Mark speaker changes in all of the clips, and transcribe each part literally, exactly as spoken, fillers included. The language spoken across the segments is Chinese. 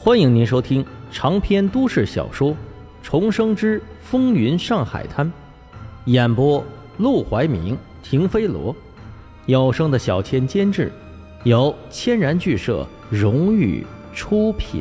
Speaker 1: 欢迎您收听长篇都市小说《重生之风云上海滩》，演播陆怀明、停飞罗，有声的小千监制，由千然剧社荣誉出品。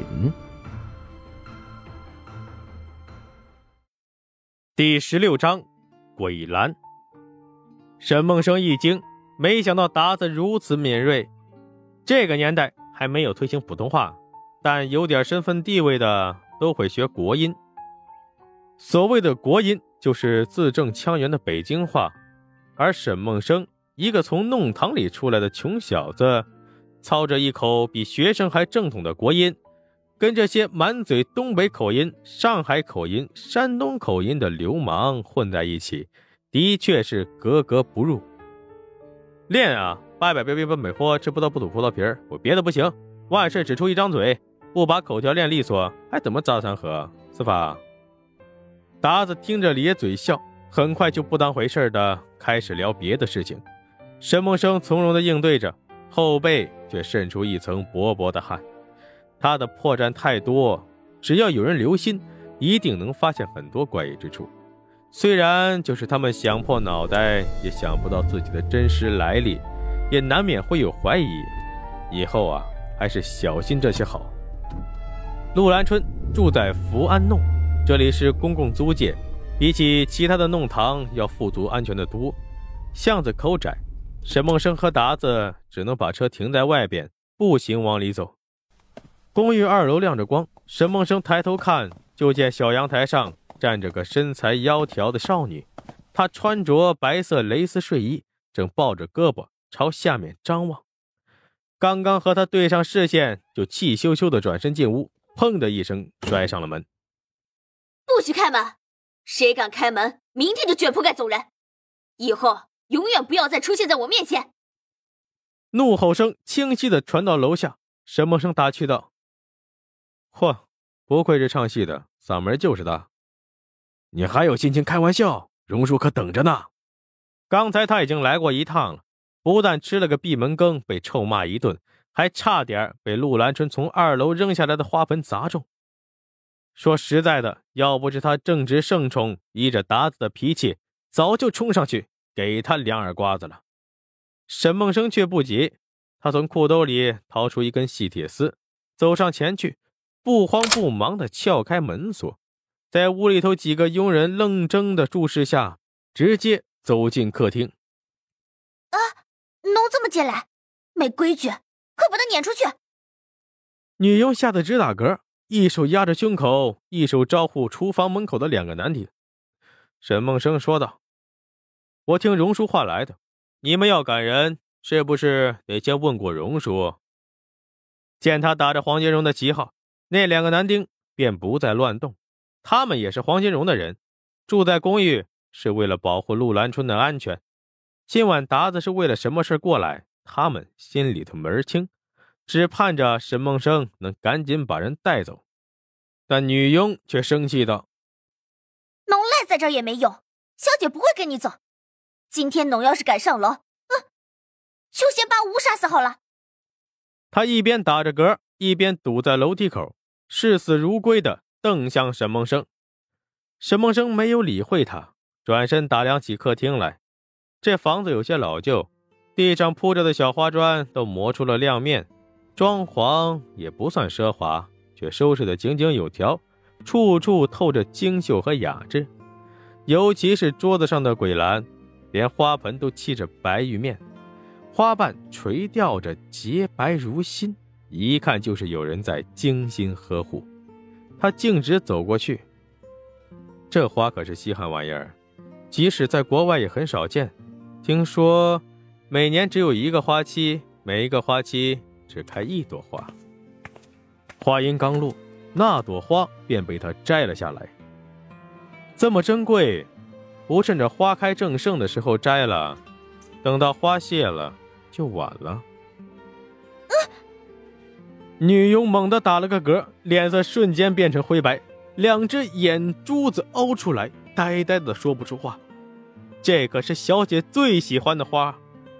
Speaker 2: 第十六章，鬼兰。沈梦生一惊，没想到达子如此敏锐。这个年代还没有推行普通话，但有点身份地位的都会学国音。所谓的国音就是字正腔圆的北京话，而沈梦生一个从弄堂里出来的穷小子，操着一口比学生还正统的国音，跟这些满嘴东北口音、上海口音、山东口音的流氓混在一起，的确是格格不入。练啊，八百标兵奔北坡，吃葡萄不吐葡萄皮儿，我别的不行，万事只出一张嘴，不把口条练利索，还怎么扎山河？司法达子听着咧嘴笑，很快就不当回事的开始聊别的事情。沈梦生从容的应对着，后背却渗出一层薄薄的汗。他的破绽太多，只要有人留心，一定能发现很多怪异之处。虽然就是他们想破脑袋也想不到自己的真实来历，也难免会有怀疑。以后啊，还是小心这些好。陆兰春住在福安弄，这里是公共租界，比起其他的弄堂要富足安全的多。巷子口窄，沈梦生和达子只能把车停在外边，步行往里走。公寓二楼亮着光，沈梦生抬头看，就见小阳台上站着个身材窈窕的少女，她穿着白色蕾丝睡衣，正抱着胳膊朝下面张望。刚刚和她对上视线，就气咻咻地转身进屋，砰的一声摔上了门。
Speaker 3: 不许开门！谁敢开门，明天就卷铺盖走人！以后永远不要再出现在我面前！
Speaker 2: 怒吼声清晰地传到楼下，沈梦生打趣道：嚯，不愧是唱戏的，嗓门就是大。你还有心情开玩笑？荣叔可等着呢。刚才他已经来过一趟了，不但吃了个闭门羹，被臭骂一顿，还差点被陆兰春从二楼扔下来的花盆砸中。说实在的，要不是他正值盛宠，依着达子的脾气，早就冲上去给他两耳刮子了。沈梦生却不急，他从裤兜里掏出一根细铁丝，走上前去，不慌不忙地撬开门锁，在屋里头几个佣人愣怔的注视下，直接走进客厅。
Speaker 3: 啊，弄这么进来，没规矩，快把他撵出去！
Speaker 2: 女佣吓得直打嗝，一手压着胸口，一手招呼厨房门口的两个男丁。沈梦生说道：我听荣叔话来的，你们要赶人，是不是得先问过荣叔？见他打着黄金荣的旗号，那两个男丁便不再乱动。他们也是黄金荣的人，住在公寓是为了保护陆兰春的安全。今晚达子是为了什么事过来，他们心里头门清，只盼着沈梦生能赶紧把人带走。但女佣却生气道：
Speaker 3: 农赖在这儿也没用，小姐不会跟你走。今天农要是敢上楼，嗯，就先把吴杀死好了。
Speaker 2: 他一边打着嗝，一边堵在楼梯口，视死如归的瞪向沈梦生。沈梦生没有理会他，转身打量起客厅来。这房子有些老旧，地上铺着的小花砖都磨出了亮面，装潢也不算奢华，却收拾得井井有条，处处透着精秀和雅致。尤其是桌子上的鬼兰，连花盆都漆着白玉面，花瓣垂吊着洁白如新，一看就是有人在精心呵护。他径直走过去，这花可是稀罕玩意儿，即使在国外也很少见。听说每年只有一个花期，每一个花期只开一朵花。话音刚落，那朵花便被他摘了下来。这么珍贵，不趁着花开正盛的时候摘了，等到花谢了就晚了。
Speaker 3: 嗯、
Speaker 2: 女佣猛地打了个嗝，脸色瞬间变成灰白，两只眼珠子凹出来，呆呆的说不出话。这可是小姐最喜欢的花。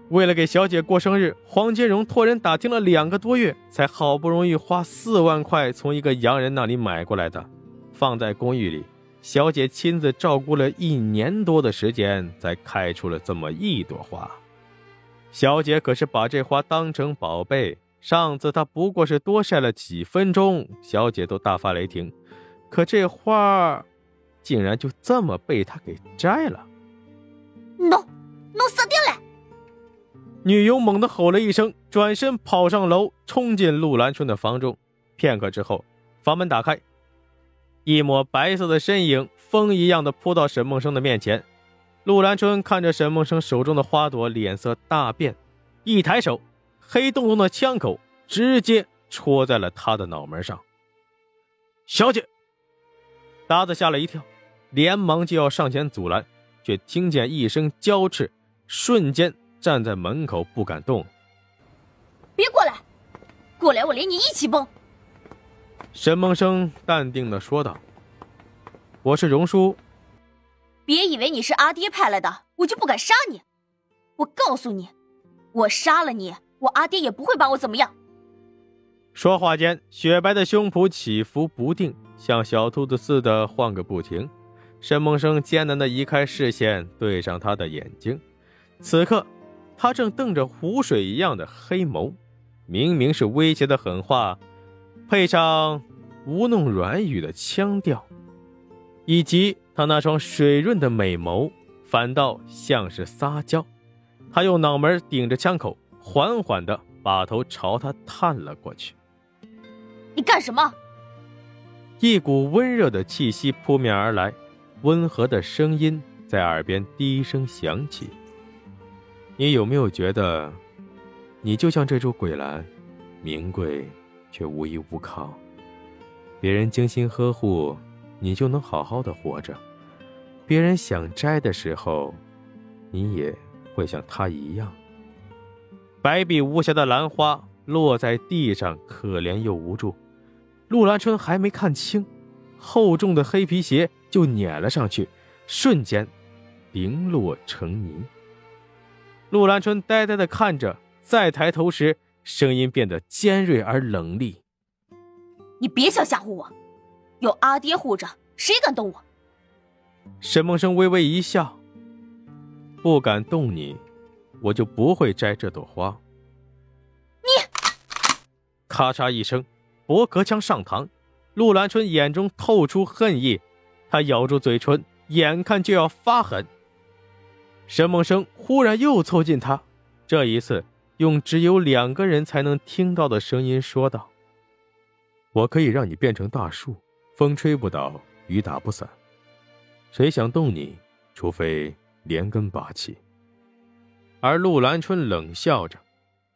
Speaker 2: 为了给小姐过生日，黄金荣托人打听了两个多月，才好不容易花四万块从一个洋人那里买过来的，放在公寓里。小姐亲自照顾了一年多的时间，才开出了这么一朵花。小姐可是把这花当成宝贝，上次她不过是多晒了几分钟，小姐都大发雷霆，可这花竟然就这么被她给摘了。
Speaker 3: 弄弄死掉了！
Speaker 2: 女佣猛地吼了一声，转身跑上楼，冲进陆兰春的房中。片刻之后，房门打开，一抹白色的身影风一样的扑到沈梦生的面前。陆兰春看着沈梦生手中的花朵，脸色大变，一抬手，黑洞洞的枪口直接戳在了他的脑门上。小姐！达子吓了一跳，连忙就要上前阻拦，却听见一声娇斥，瞬间站在门口不敢动。
Speaker 3: 别过来，过来我连你一起崩！
Speaker 2: 沈梦生淡定地说道：我是荣叔。
Speaker 3: 别以为你是阿爹派来的，我就不敢杀你。我告诉你，我杀了你，我阿爹也不会把我怎么样。
Speaker 2: 说话间，雪白的胸脯起伏不定，像小兔子似的晃个不停。沈梦生艰难地移开视线，对上他的眼睛。此刻他正瞪着湖水一样的黑眸，明明是威胁的狠话，配上吴弄软语的腔调，以及他那双水润的美眸，反倒像是撒娇。他用脑门顶着枪口，缓缓地把头朝他探了过去。
Speaker 3: 你干什么？
Speaker 2: 一股温热的气息扑面而来，温和的声音在耳边低声响起。你有没有觉得，你就像这株鬼兰，名贵却无依无靠，别人精心呵护，你就能好好的活着，别人想摘的时候，你也会像他一样。白璧无瑕的兰花落在地上，可怜又无助。陆兰春还没看清，厚重的黑皮鞋就碾了上去，瞬间零落成泥。陆兰春呆呆地看着，再抬头时，声音变得尖锐而冷厉：
Speaker 3: 你别想吓唬我，有阿爹护着，谁敢动我？
Speaker 2: 沈梦生微微一笑：不敢动你，我就不会摘这朵花。
Speaker 3: 你！
Speaker 2: 咔嚓一声，驳壳枪上膛，陆兰春眼中透出恨意，他咬住嘴唇，眼看就要发狠。沈梦生忽然又凑近他，这一次用只有两个人才能听到的声音说道：我可以让你变成大树，风吹不倒，雨打不散，谁想动你，除非连根拔起。而陆兰春冷笑着：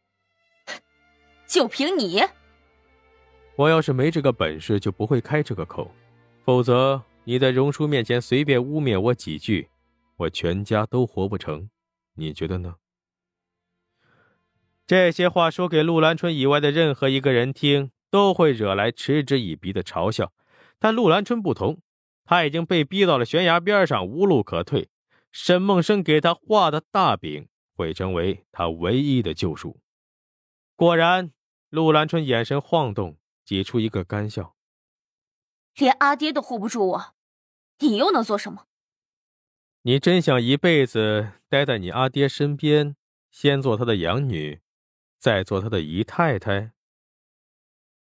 Speaker 3: 就凭你？
Speaker 2: 我要是没这个本事，就不会开这个口，否则你在荣叔面前随便污蔑我几句，我全家都活不成，你觉得呢？这些话说给陆兰春以外的任何一个人听，都会惹来嗤之以鼻的嘲笑，但陆兰春不同，他已经被逼到了悬崖边上，无路可退。沈梦生给他画的大饼会成为他唯一的救赎。果然，陆兰春眼神晃动，挤出一个干笑：
Speaker 3: 连阿爹都护不住我，你又能做什么？
Speaker 2: 你真想一辈子待在你阿爹身边，先做他的养女，再做他的姨太太？